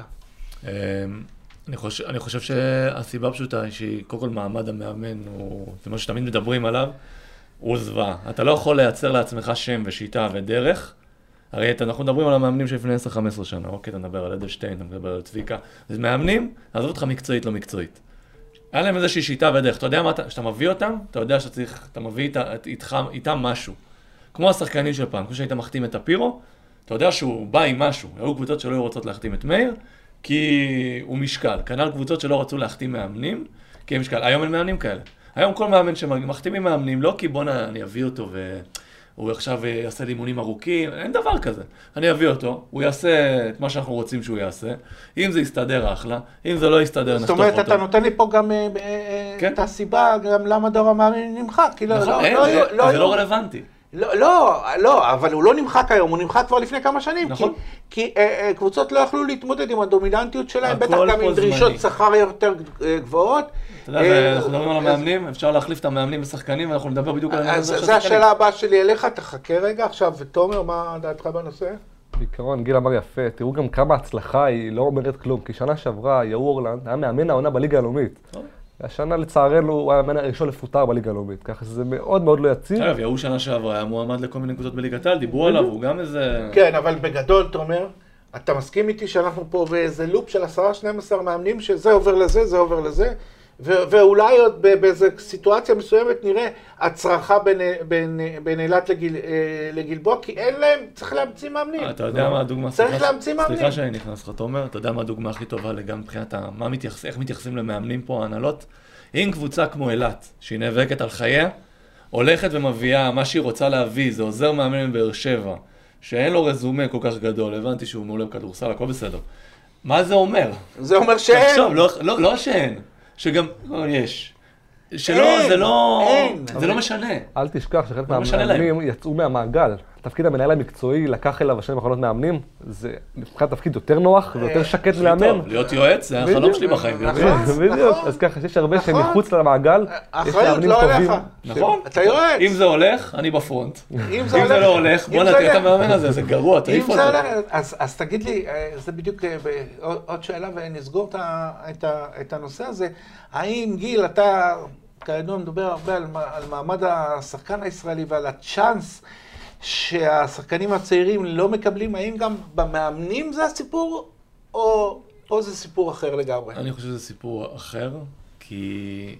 אני חושב שהסיבה פשוטה היא שקודם כל מעמד המאמן, זה מה שתמיד מדברים עליו, הוא זוועה. אתה לא יכול לייצר לעצמך שם ושיטה ודרך. הרי אנחנו מדברים על המאמנים שלפני 10-15 שנה. אוקיי, אתה מדבר על אדלשטיין, אתה מדבר על צביקה. אז מאמנים, עזוב אותך מקצועית, לא מקצועית. היה להם איזושהי שיטה ודרך. אתה יודע מה, כשאתה מביא אותם, אתה יודע שאתה מביא איתם משהו. כמו השחקנים של פעם, כמו שהיית מחתים את הפירו, אתה יודע שהוא בא עם משהו. היו קבוצות שלא רוצות להחתים את מאיר, כי הוא משקל. כנ"ל קבוצות שלא רצו להחתים מאמנים, כי הם משקל. היום אין מאמנים כאלה. היום כל מאמן שמחתימים מאמנים, לא כי אני אביא אותו והוא עכשיו יעשה לימונים ארוכים, אין דבר כזה. אני אביא אותו, הוא יעשה את מה שאנחנו רוצים שהוא יעשה, אם זה יסתדר אחלה, אם זה לא יסתדר נחתוך אותו. זאת אומרת, אתה נותן לי פה גם את הסיבה, גם למה דור המאמנים נמחק. נכון, זה לא רלוונטי. לא, אבל הוא לא נמחק היום, הוא נמחק כבר לפני כמה שנים. נכון. כי קבוצות לא יכלו להתמודד עם הדומיננטיות שלהם, בטח גם עם דרישות שכר יותר גבוהות. אתה יודע, אנחנו מדברים על המאמנים, אפשר להחליף את המאמנים ושחקנים, ואנחנו נדבר בדיוק על העניין הזה של השחקנים. זו השאלה הבאה שלי אליך, תחכה רגע עכשיו, ותומר, מה דעתך בנושא? בעיקרון, גיל אמר יפה, תראו גם כמה הצלחה היא לא אומרת כלום, כי שנה שעברה, יאו אורלנד היה מאמן העונה בליגה הלאומית. השנה לצערנו הוא היה המאמן הראשון לפוטר בליגה הלאומית, ככה שזה מאוד מאוד לא יציב. אגב, יהוא שנה שעברה היה מועמד לכל מיני קבוצות בליגת העל, דיברו עליו, הוא גם איזה... כן, אבל בגדול, תומר, אתה מסכים איתי שאנחנו פה באיזה לופ של 10-12 מאמנים, שזה עובר לזה, זה עובר לזה, ואולי עוד באיזו סיטואציה מסוימת נראה הצרחה בין אילת לגלבוע, כי אין להם, צריך להמציא מאמנים. אתה יודע מה הדוגמה... צריך להמציא מאמנים. סליחה שאני נכנס לך, תומר, אתה יודע מה הדוגמה הכי טובה גם מבחינת איך מתייחסים למאמנים פה, ההנהלות? אם קבוצה כמו אילת, שהיא נאבקת על חייה, הולכת ומביאה מה שהיא רוצה להביא, זה עוזר מאמן בבאר שבע, שאין לו רזומה כל כך גדול, הבנתי שהוא מעולה בכדורסל, הכל בסדר. מה זה אומר? זה אומר שאין. תחשוב, לא שאין, שגם יש. שלא, זה לא משנה. אל תשכח שחלק מהמאמנים יצאו מהמעגל. תפקיד המנהל המקצועי לקח אליו השנים האחרונות מאמנים, זה מבחינת תפקיד יותר נוח ויותר שקט לאמן. להיות יועץ, זה החלום שלי בחיים. בדיוק, אז ככה שיש הרבה שהם מחוץ למעגל, יש מאמנים טובים. נכון, אתה יועץ. אם זה הולך, אני בפרונט. אם זה לא הולך, בוא נתיר את המאמן הזה, זה גרוע, תעיף אותו. אז תגיד לי, זה בדיוק עוד שאלה ונסגור את הנושא הזה. האם גיל, אתה כידוע מדבר הרבה על מעמד השחקן הישראלי ועל הצ'אנס שהשחקנים הצעירים לא מקבלים, האם גם במאמנים זה הסיפור, או זה סיפור אחר לגמרי? אני חושב שזה סיפור אחר, כי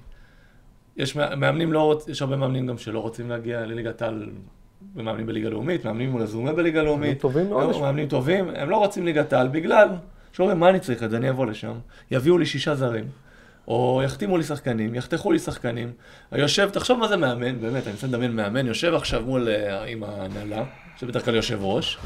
יש מאמנים יש הרבה מאמנים גם שלא רוצים להגיע לליגת העל, ומאמנים בליגה לאומית, מאמנים מול הזומה בליגה לאומית. מאמנים טובים, הם לא רוצים ליגת העל בגלל שאומרים, מה אני צריך את זה, אני אבוא לשם, יביאו לי 6 זרים. או יחתימו לי שחקנים, יחתכו לי שחקנים. יושב, תחשוב מה זה מאמן, באמת, אני רוצה לדמיין מאמן, יושב עכשיו מול עם ההנהלה, שבדרך כלל יושב ראש,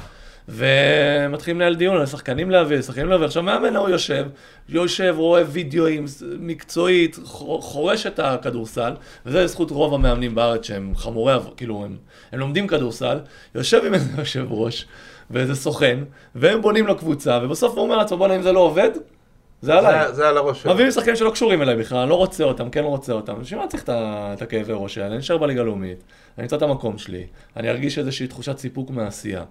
ומתחילים לנהל דיון על שחקנים להביא, עכשיו מאמן הוא יושב, רואה וידאוים מקצועית, חורש את הכדורסל, וזה זכות רוב המאמנים בארץ שהם חמורי, כאילו הם לומדים כדורסל, יושב עם איזה יושב ראש, ואיזה סוכן, והם בונים לו קבוצה, ובסוף הוא אומר לעצמו, בוא אם זה לא עובד, זה עליי. זה על הראש שלו. מביאים שחקנים שלא קשורים אליי בכלל, אני לא רוצה אותם, כן לא רוצה אותם. בשביל מה צריך את הכאבי ראש האלה? אני נשאר בליגה לאומית, אני אמצא את המקום שלי, אני ארגיש איזושהי תחושת סיפוק מעשייה.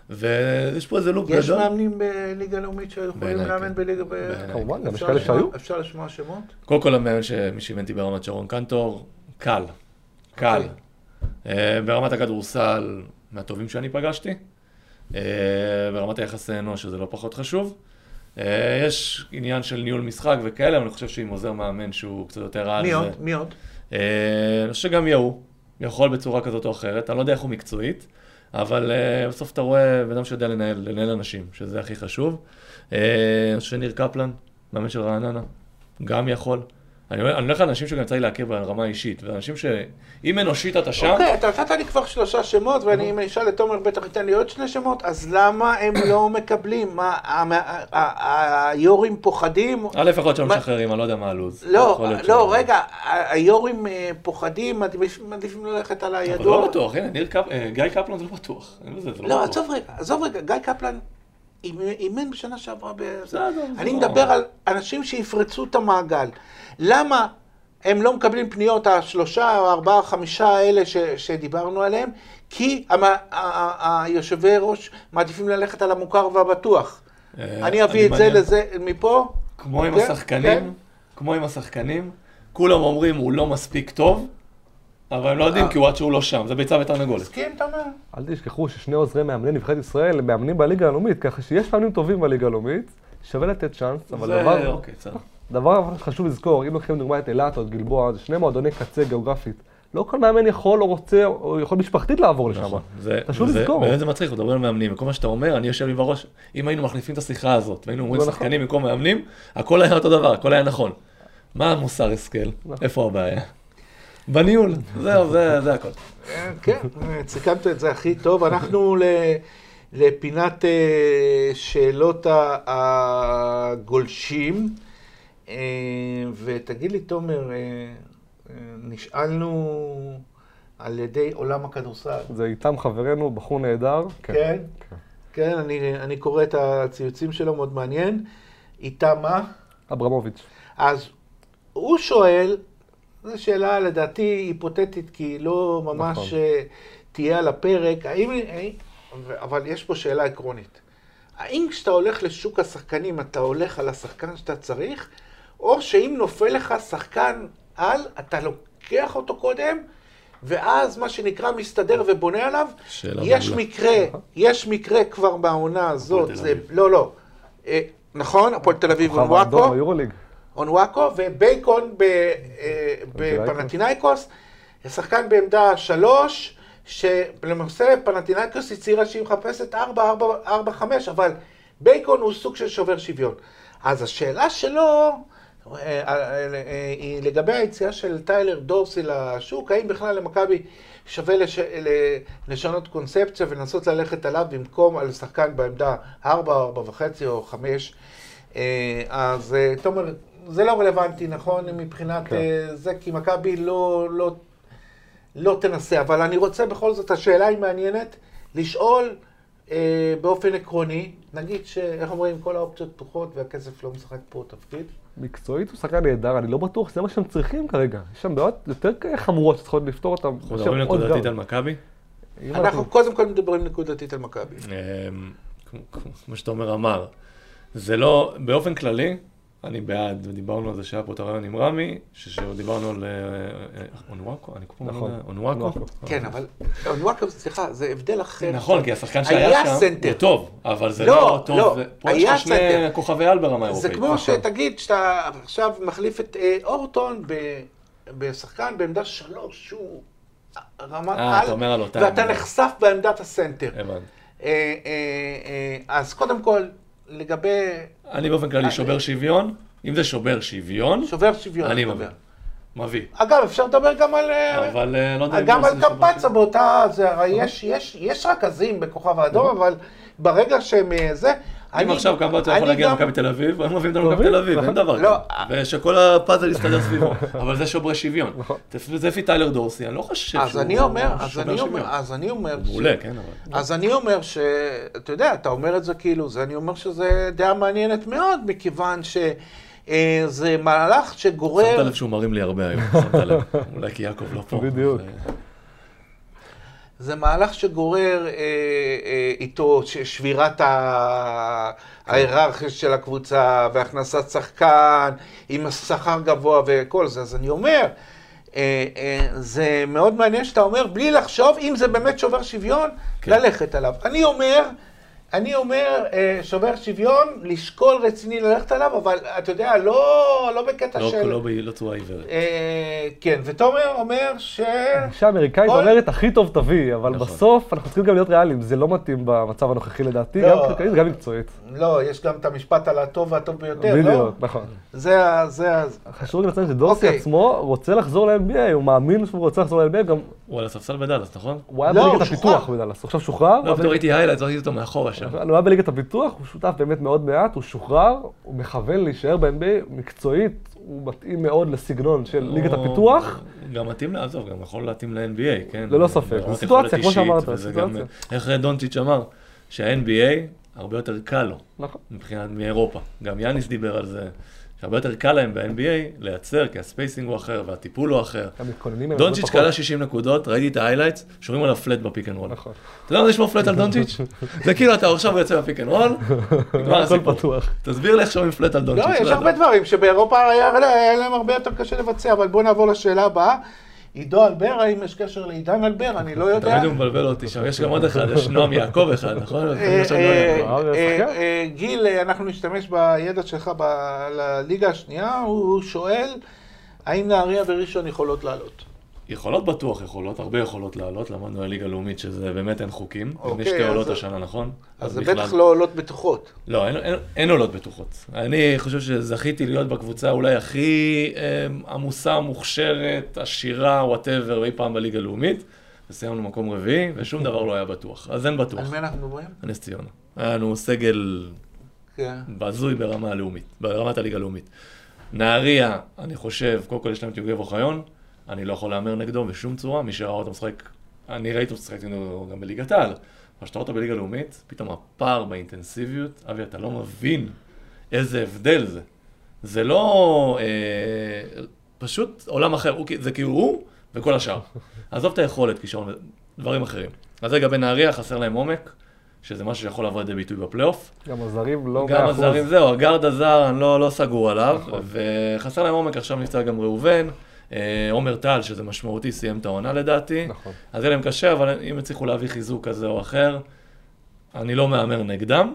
ויש פה איזה לוק גדול. יש מאמנים בליגה לאומית שיכולים לאמן בליגה... כמובן, גם יש כאלה שהיו. אפשר לשמוע שמות? קודם כל המאמן שמי שאימנתי ברמת שרון קנטור, קל. ברמת הכדורסל, מהטובים שאני פגשתי. ברמת היחסי אנוש, שזה לא פחות חשוב. יש עניין של ניהול משחק וכאלה, אבל אני חושב שאם עוזר מאמן שהוא קצת יותר רע על זה. מי עוד? אני חושב שגם יהוא, יכול בצורה כזאת או אחרת, אני לא יודע איך הוא מקצועית, אבל בסוף אתה רואה בן אדם שיודע לנהל אנשים, שזה הכי חשוב. אני חושב שניר קפלן, מאמן של רעננה, גם יכול. אני הולך לאנשים שגם צריך להכיר ברמה האישית, ואנשים שאם אנושית אתה שם... אוקיי, אתה נתת לי כבר 3 שמות, ואני אשאל את תומר, בטח ייתן לי עוד 2 שמות, אז למה הם לא מקבלים? מה, היורים פוחדים? יכול להיות שהם משחררים, אני לא יודע מה הלו"ז. לא, רגע, היורים פוחדים, מעדיפים ללכת על הידוע. אבל לא בטוח, הנה, גיא קפלן זה לא בטוח. לא, עזוב רגע, גיא קפלן אימן בשנה שעברה אני מדבר על אנשים שיפרצו את המעגל. למה הם לא מקבלים פניות 3, 4, 5 האלה שדיברנו עליהם? כי היושבי ראש מעדיפים ללכת על המוכר והבטוח. אני אביא את זה לזה מפה. כמו עם השחקנים, כולם אומרים הוא לא מספיק טוב, אבל הם לא יודעים כי הוא עד שהוא לא שם, זה ביצה ותרנגולת. מסכים, אתה אומר? אל תשכחו ששני עוזרי מאמני נבחרת ישראל הם מאמנים בליגה הלאומית, ככה שיש מאמנים טובים בליגה הלאומית, שווה לתת צ'אנס, אבל דבר חשוב לזכור, אם לוקחים דוגמא את אילת או את גלבוע, זה 2 מועדוני קצה גיאוגרפית. לא כל מאמן יכול או רוצה או יכול משפחתית לעבור לשם. חשוב לזכור. זה מצחיק, מדברים על מאמנים, וכל מה שאתה אומר, אני יושב לי בראש, אם היינו מחליפים את השיחה הזאת, והיינו אומרים שחקנים במקום מאמנים, הכל היה אותו דבר, הכל היה נכון. מה המוסר השכל? איפה הבעיה? בניהול, זהו, זה הכל. כן, סיכמת את זה הכי טוב. אנחנו לפינת שאלות הגולשים, ותגיד לי, תומר, נשאלנו על ידי עולם הכדורסל. זה איתם חברנו, בחור נהדר. כן, כן, אני קורא את הציוצים שלו, מאוד מעניין. איתם מה? אברמוביץ'. אז הוא שואל, זו שאלה לדעתי היפותטית, כי היא לא ממש תהיה על הפרק, אבל יש פה שאלה עקרונית. האם כשאתה הולך לשוק השחקנים, אתה הולך על השחקן שאתה צריך, או שאם נופל לך שחקן על, אתה לוקח אותו קודם, ואז מה שנקרא מסתדר ובונה עליו. יש מקרה כבר בעונה הזאת, לא. נכון, הפועל תל אביב אונוואקו, ובייקון בפנתינייקוס, שחקן בעמדה 3, שלמעשה פנתינייקוס הצהירה שהיא מחפשת 4-4-5, אבל בייקון הוא סוג של שובר שוויון. אז השאלה שלו היא לגבי היציאה של טיילר דורסי לשוק, האם בכלל למכבי שווה לשנות קונספציה ולנסות ללכת עליו במקום על שחקן בעמדה 4, 4.5 או 5. אז תומר, זה לא רלוונטי, נכון, מבחינת זה, כי מכבי לא תנסה, אבל אני רוצה בכל זאת, השאלה היא מעניינת, לשאול באופן עקרוני, נגיד שאיך אומרים, כל האופציות פתוחות והכסף לא משחק פה תפקיד. מקצועית הוא שחקן נהדר, אני לא בטוח שזה מה שהם צריכים כרגע. יש שם בעיות יותר חמורות שצריכות לפתור אותם. אנחנו מדברים נקודתית על מכבי? אנחנו קודם כל מדברים נקודתית על מכבי. כמו שאתה אומר, זה לא, באופן כללי, אני בעד, ודיברנו על זה שהיה פה את הרעיון עם רמי, שדיברנו על אונוואקו, אני כל פעם אונוואקו. כן, אבל אונוואקו, סליחה, זה הבדל אחר. נכון, כי השחקן שהיה שם הוא טוב, אבל זה לא טוב. פה יש לך שני כוכבי על ברמה האירופאית. זה כמו שתגיד שאתה עכשיו מחליף את אורטון בשחקן בעמדה 3, שהוא רמת על, ואתה נחשף בעמדת הסנטר. אז קודם כל, לגבי... אני באופן כללי שובר שוויון, אם זה שובר שוויון, אני מביא. אגב, אפשר לדבר גם על... אבל לא יודע... גם על קמפצה באותה... יש רכזים בכוכב האדום, אבל ברגע שהם זה... אם עכשיו קמפצה יכול להגיע למכבי תל אביב, הם מביאים אותנו למכבי תל אביב, אין דבר כזה. ושכל הפאזל יסתדר סביבו, אבל זה שובר שוויון. זה לפי טיילר דורסי, אני לא חושב שהוא שובר שוויון. אז אני אומר... מעולה, כן, אבל... אז אני אומר אתה יודע, אתה אומר את זה כאילו, אני אומר שזה דעה מעניינת מאוד, מכיוון שזה מהלך שגורר... שמת לב שהוא מרים לי הרבה היום, שמת לב. אולי כי יעקב לא פה. בדיוק. זה מהלך שגורר איתו שבירת ההיררכיה של הקבוצה והכנסת שחקן עם שכר גבוה וכל זה. אז אני אומר, זה מאוד מעניין שאתה אומר, בלי לחשוב, אם זה באמת שובר שוויון, ללכת עליו. אני אומר, שובר שוויון, לשקול רציני ללכת עליו, אבל אתה יודע, לא בקטע של... לא צורה עיוורת. כן, ותומר אומר ש... האישה האמריקאית אומרת, הכי טוב תביא, אבל בסוף אנחנו צריכים גם להיות ריאליים, זה לא מתאים במצב הנוכחי לדעתי, גם כלכלית, גם מקצועית. לא, יש גם את המשפט על הטוב והטוב ביותר, לא? בדיוק, נכון. זה... חשוב לציין שדורסי עצמו רוצה לחזור ל-NBA, הוא מאמין שהוא רוצה לחזור ל-NBA, גם... הוא על הספסל בדלס, נכון? הוא היה בליגת הפיתוח בדלס, עכשיו שוחרר. לא, פתאום ראיתי היילייטס, ראיתי אותו מאחורה שם. הוא היה בליגת הפיתוח, הוא שותף באמת מאוד מעט, הוא שוחרר, הוא מכוון להישאר ב-NBA, מקצועית, הוא מתאים מאוד לסגנון של ליגת הפיתוח. גם מתאים לעזוב, גם יכול להתאים ל-NBA, כן? ללא ספק, זו סיטואציה, כמו שאמרת, סיטואציה. איך דונצ'יץ' אמר, שה-NBA הרבה יותר קל לו, מבחינת מאירופה. גם יאניס דיבר על זה. שהרבה יותר קל להם ב-NBA לייצר, כי הספייסינג הוא אחר והטיפול הוא אחר. דונצ'יץ' קלה 60 נקודות, ראיתי את ההיילייטס, שומעים על הפלט בפיק אנד רול. נכון. אתה יודע מה זה שמו פלט על דונצ'יץ'? זה כאילו אתה עכשיו יוצא בפיק אנד רול, נגמר הסיפור. תסביר לי איך שומעים פלט על דונצ'יץ'. לא, יש הרבה דברים שבאירופה היה להם הרבה יותר קשה לבצע, אבל בואו נעבור לשאלה הבאה. עידו אלבר, האם יש קשר לעידן אלבר? אני לא יודע. תמיד הוא מבלבל אותי שם, יש גם עוד אחד, יש נועם יעקב אחד, נכון? גיל, אנחנו נשתמש בידע שלך לליגה השנייה, הוא שואל, האם נהריה וראשון יכולות לעלות? יכולות בטוח יכולות, הרבה יכולות לעלות, למדנו על ליגה לאומית שזה באמת אין חוקים, יש שתי עולות השנה, נכון? אז זה בטח לא עולות בטוחות. לא, אין עולות בטוחות. אני חושב שזכיתי להיות בקבוצה אולי הכי עמוסה, מוכשרת, עשירה, whatever, אי פעם בליגה לאומית, וסיימנו מקום רביעי, ושום דבר לא היה בטוח. אז אין בטוח. על מי אנחנו מדברים? נס ציונה. היה לנו סגל בזוי ברמה הלאומית, ברמת הליגה הלאומית. נהריה, אני חושב, קודם כל יש להם את יוגב אוחיון, אני לא יכול לאמר נגדו בשום צורה, מי שראה אותו משחק, אני ראיתי אותו משחק גם בליגת העל, אבל שאתה רואה אותו בליגה לאומית, פתאום הפער באינטנסיביות, אבי, אתה לא מבין איזה הבדל זה. זה לא פשוט עולם אחר, זה כאילו הוא וכל השאר. עזוב את היכולת, כישרון, דברים אחרים. אז רגע, בנהריה חסר להם עומק, שזה משהו שיכול לבוא לידי ביטוי בפלייאוף. גם הזרים לא 100%. גם הזרים, זהו, הגארד הזר, אני לא סגור עליו, וחסר להם עומק, עכשיו נפצע גם ראובן, עומר טל, שזה משמעותי, סיים את העונה לדעתי. נכון. אז יהיה להם קשה, אבל אם יצליחו להביא חיזוק כזה או אחר, אני לא מאמר נגדם.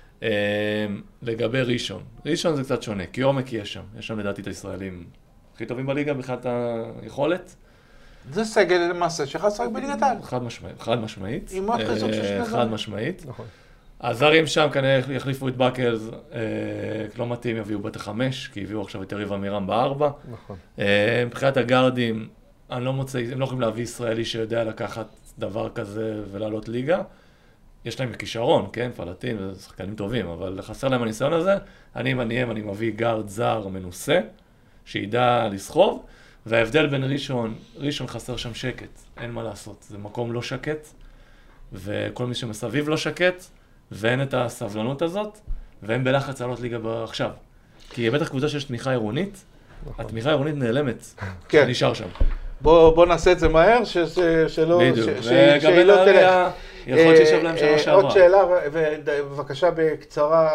לגבי ראשון, ראשון זה קצת שונה, כי עומק יש שם לדעתי את הישראלים הכי טובים בליגה מבחינת היכולת. זה סגל למעשה שחסר רק בליגת העל. חד משמעית. עם עוד חיזוק של שני חד משמעית. נכון. הזרים שם כנראה יחליפו את בקלס, לא מתאים, יביאו בטח 5, כי הביאו עכשיו את יריב אמירם ב4. נכון. מבחינת הגארדים, אני לא מוצא, הם לא יכולים להביא ישראלי שיודע לקחת דבר כזה ולעלות ליגה. יש להם כישרון, כן, פלטין, ושחקנים טובים, אבל חסר להם הניסיון הזה. אני מביא גארד זר מנוסה, שידע לסחוב, וההבדל בין ראשון חסר שם שקט, אין מה לעשות, זה מקום לא שקט, וכל מי שמסביב לא שקט, ואין את הסבלנות הזאת, והם בלחץ לעלות ליגה עכשיו. כי בטח קבוצה שיש תמיכה עירונית, התמיכה העירונית נעלמת, שנשאר שם. בוא נעשה את זה מהר, שלא... בדיוק, וגם נהריה, יכול להיות שישב להם שנה שעברה. עוד שאלה, ובבקשה בקצרה,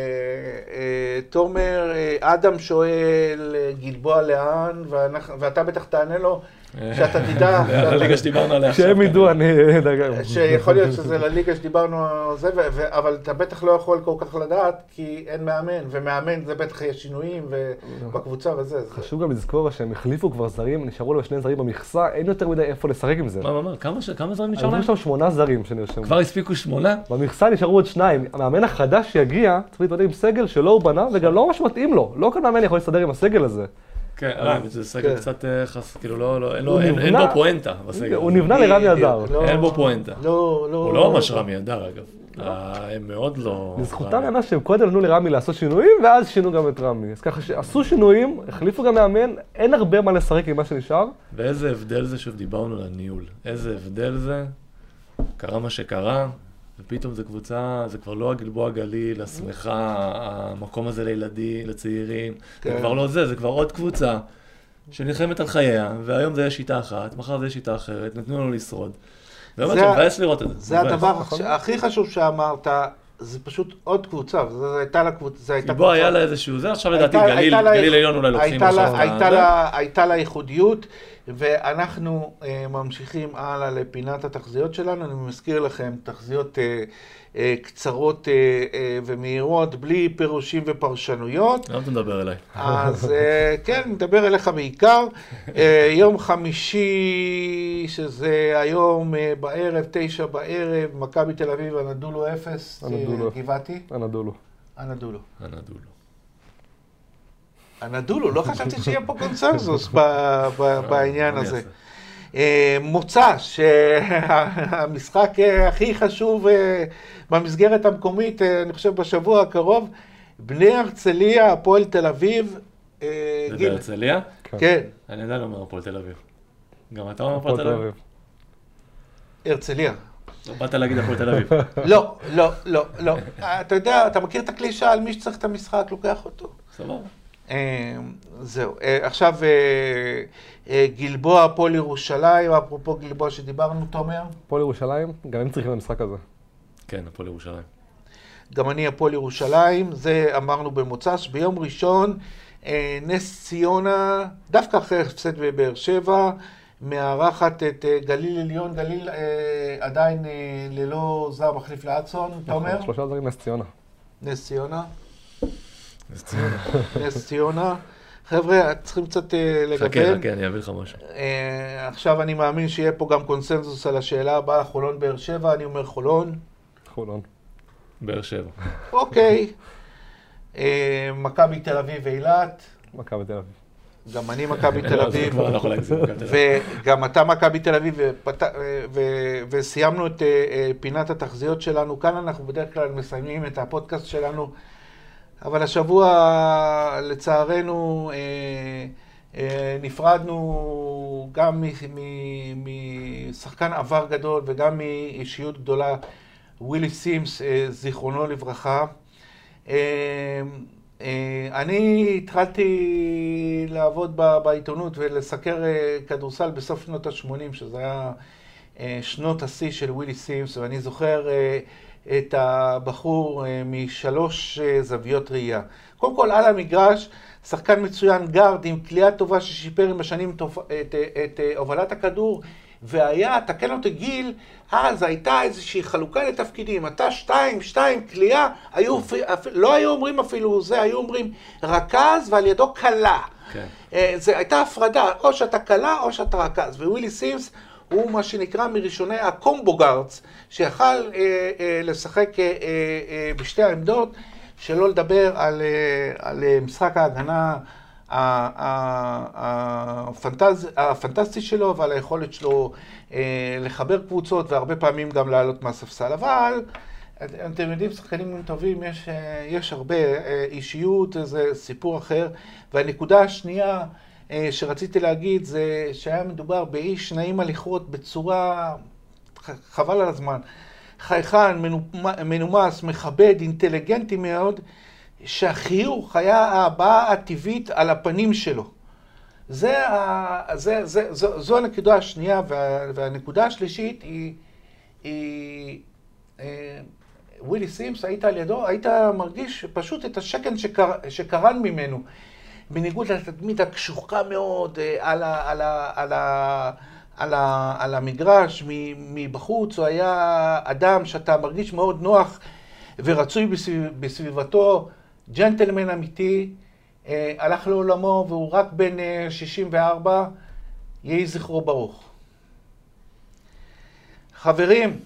תומר, אדם שואל, גלבוע לאן, ואתה בטח תענה לו, שאתה תדע... לליגה שדיברנו עליה עכשיו. שהם ידעו, אני אדאג. שיכול להיות שזה לליגה שדיברנו על זה, אבל אתה בטח לא יכול כל כך לדעת, כי אין מאמן, ומאמן זה בטח יש שינויים בקבוצה וזה. חשוב גם לזכור שהם החליפו כבר זרים, נשארו לו 2 זרים במכסה, אין יותר מדי איפה לשחק עם זה. מה? כמה זרים נשאר להם? יש שם 8 זרים שנרשמו. כבר הספיקו 8? במכסה נשארו עוד 2. המאמן החדש שיגיע, צריך להתמודד עם סגל שלא הוא בנה, וגם לא ממש מתאים לו. לא כל מאמן יכול להסתדר עם הסגל הזה. כן, זה סגל קצת כאילו אין בו פואנטה בסגל. הוא נבנה לרמי אדר. אין בו פואנטה. הוא לא ממש רמי אדר אגב. הם מאוד לא... לזכותם היה שהם קודם נתנו לרמי לעשות שינויים, ואז שינו גם את רמי. אז ככה שעשו שינויים, החליפו גם מאמן, אין הרבה מה לשחק עם מה שנשאר. ואיזה הבדל זה שוב דיברנו על הניהול. איזה הבדל זה, קרה מה שקרה, ופתאום זה קבוצה, זה כבר לא הגלבוע גליל, השמחה, המקום הזה לילדים, לצעירים, זה כבר לא זה כבר עוד קבוצה שנלחמת על חייה, והיום זה יהיה שיטה אחת, מחר זה יהיה שיטה אחרת, נתנו לנו לשרוד. ובאמת שמבאס לראות את זה. זה הדבר הכי חשוב שאמרת, זה פשוט עוד קבוצה, זה הייתה לה קבוצה. בוא היה לה איזשהו זה, עכשיו לדעתי גליל עליון אולי לוקחים הייתה לה ייחודיות, ואנחנו ממשיכים הלאה לפינת התחזיות שלנו. אני מזכיר לכם, תחזיות קצרות ומהירות, בלי פירושים ופרשנויות. למה אתה מדבר אליי? אז כן, נדבר אליך בעיקר. יום חמישי, שזה היום בערב, 9 בערב, מכבי תל אביב, אנדולו 0, גבעתי. אנדולו, לא חשבתי שיהיה פה קונסנזוס בעניין הזה. מוצא שהמשחק הכי חשוב במסגרת המקומית, אני חושב בשבוע הקרוב, בני הרצליה, הפועל תל אביב. זה בהרצליה? כן. אני עדיין אומר הפועל תל אביב. גם אתה אומר הפועל תל אביב? הרצליה. באת להגיד הפועל תל אביב. לא. אתה יודע, אתה מכיר את הקלישה על מי שצריך את המשחק, לוקח אותו. סבבה. זהו. עכשיו, גלבוע, הפועל ירושלים, אפרופו גלבוע שדיברנו, תומר. הפועל ירושלים, גם הם צריכים למשחק הזה. כן, הפועל ירושלים. גם אני הפועל ירושלים, זה אמרנו במוצ"ש. ביום ראשון, נס ציונה, דווקא אחרי הפסד בבאר שבע, מארחת את גליל עליון, גליל עדיין ללא זר מחליף לאצון, תומר? 3 זרים נס ציונה. נס ציונה. חבר'ה, צריכים קצת לגוון. חכה, אני אביא לך משהו. עכשיו אני מאמין שיהיה פה גם קונסנזוס על השאלה הבאה, חולון באר שבע, אני אומר חולון. באר שבע. אוקיי. מכבי תל אביב ואילת. מכבי תל אביב. גם אני מכבי תל אביב. כבר לא יכול להגזים. וגם אתה מכבי תל אביב, וסיימנו את פינת התחזיות שלנו. כאן אנחנו בדרך כלל מסיימים את הפודקאסט שלנו. אבל השבוע, לצערנו, נפרדנו גם משחקן עבר גדול וגם מאישיות גדולה, ווילי סימס, זיכרונו לברכה. אני התחלתי לעבוד בעיתונות ולסקר כדורסל בסוף שנות ה-80, שזה היה שנות השיא של ווילי סימס, ואני זוכר את הבחור משלוש זוויות ראייה. קודם כל, על המגרש, שחקן מצוין גארד עם כלייה טובה ששיפר עם השנים את הובלת הכדור, והיה, תקן אותי גיל, אז הייתה איזושהי חלוקה לתפקידים, אתה 2 כלייה, לא היו אומרים אפילו זה, היו אומרים רכז ועל ידו קלה. זה הייתה הפרדה, או שאתה קלה או שאתה רכז, ווילי סימס הוא מה שנקרא מראשוני הקומבו גארדס, שיכל לשחק בשתי העמדות, שלא לדבר על משחק ההגנה הפנטסטי שלו ועל היכולת שלו לחבר קבוצות והרבה פעמים גם לעלות מהספסל. אבל אתם יודעים, שחקנים טובים, יש הרבה אישיות, זה סיפור אחר. והנקודה השנייה שרציתי להגיד זה שהיה מדובר באיש נעים הליכות בצורה חבל על הזמן. חייכן, מנומס, מכבד, אינטליגנטי מאוד, שהחיוך היה ההבעה הטבעית על הפנים שלו. זו הנקודה השנייה, והנקודה השלישית היא ווילי סימס, היית על ידו, היית מרגיש פשוט את השקן שקרן ממנו, בניגוד לתדמית הקשוחה מאוד על המגרש מבחוץ. הוא היה אדם שאתה מרגיש מאוד נוח ורצוי בסביבתו, ג'נטלמן אמיתי, הלך לעולמו והוא רק בן 64, יהי זכרו ברוך. חברים,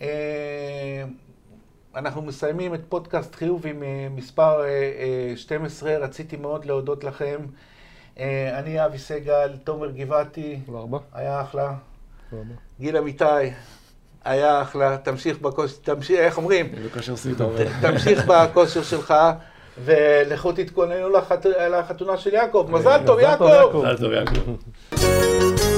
אנחנו מסיימים את פודקאסט חיוב עם מספר 12, רציתי מאוד להודות לכם. אני אבי סגל, תומר גבעתי, היה אחלה. גיל אמיתי, היה אחלה. תמשיך בכושר, איך אומרים? תמשיך בכושר שלך, ולכו תתכוננו לחתונה של יעקב. מזל טוב יעקב! מזל טוב יעקב.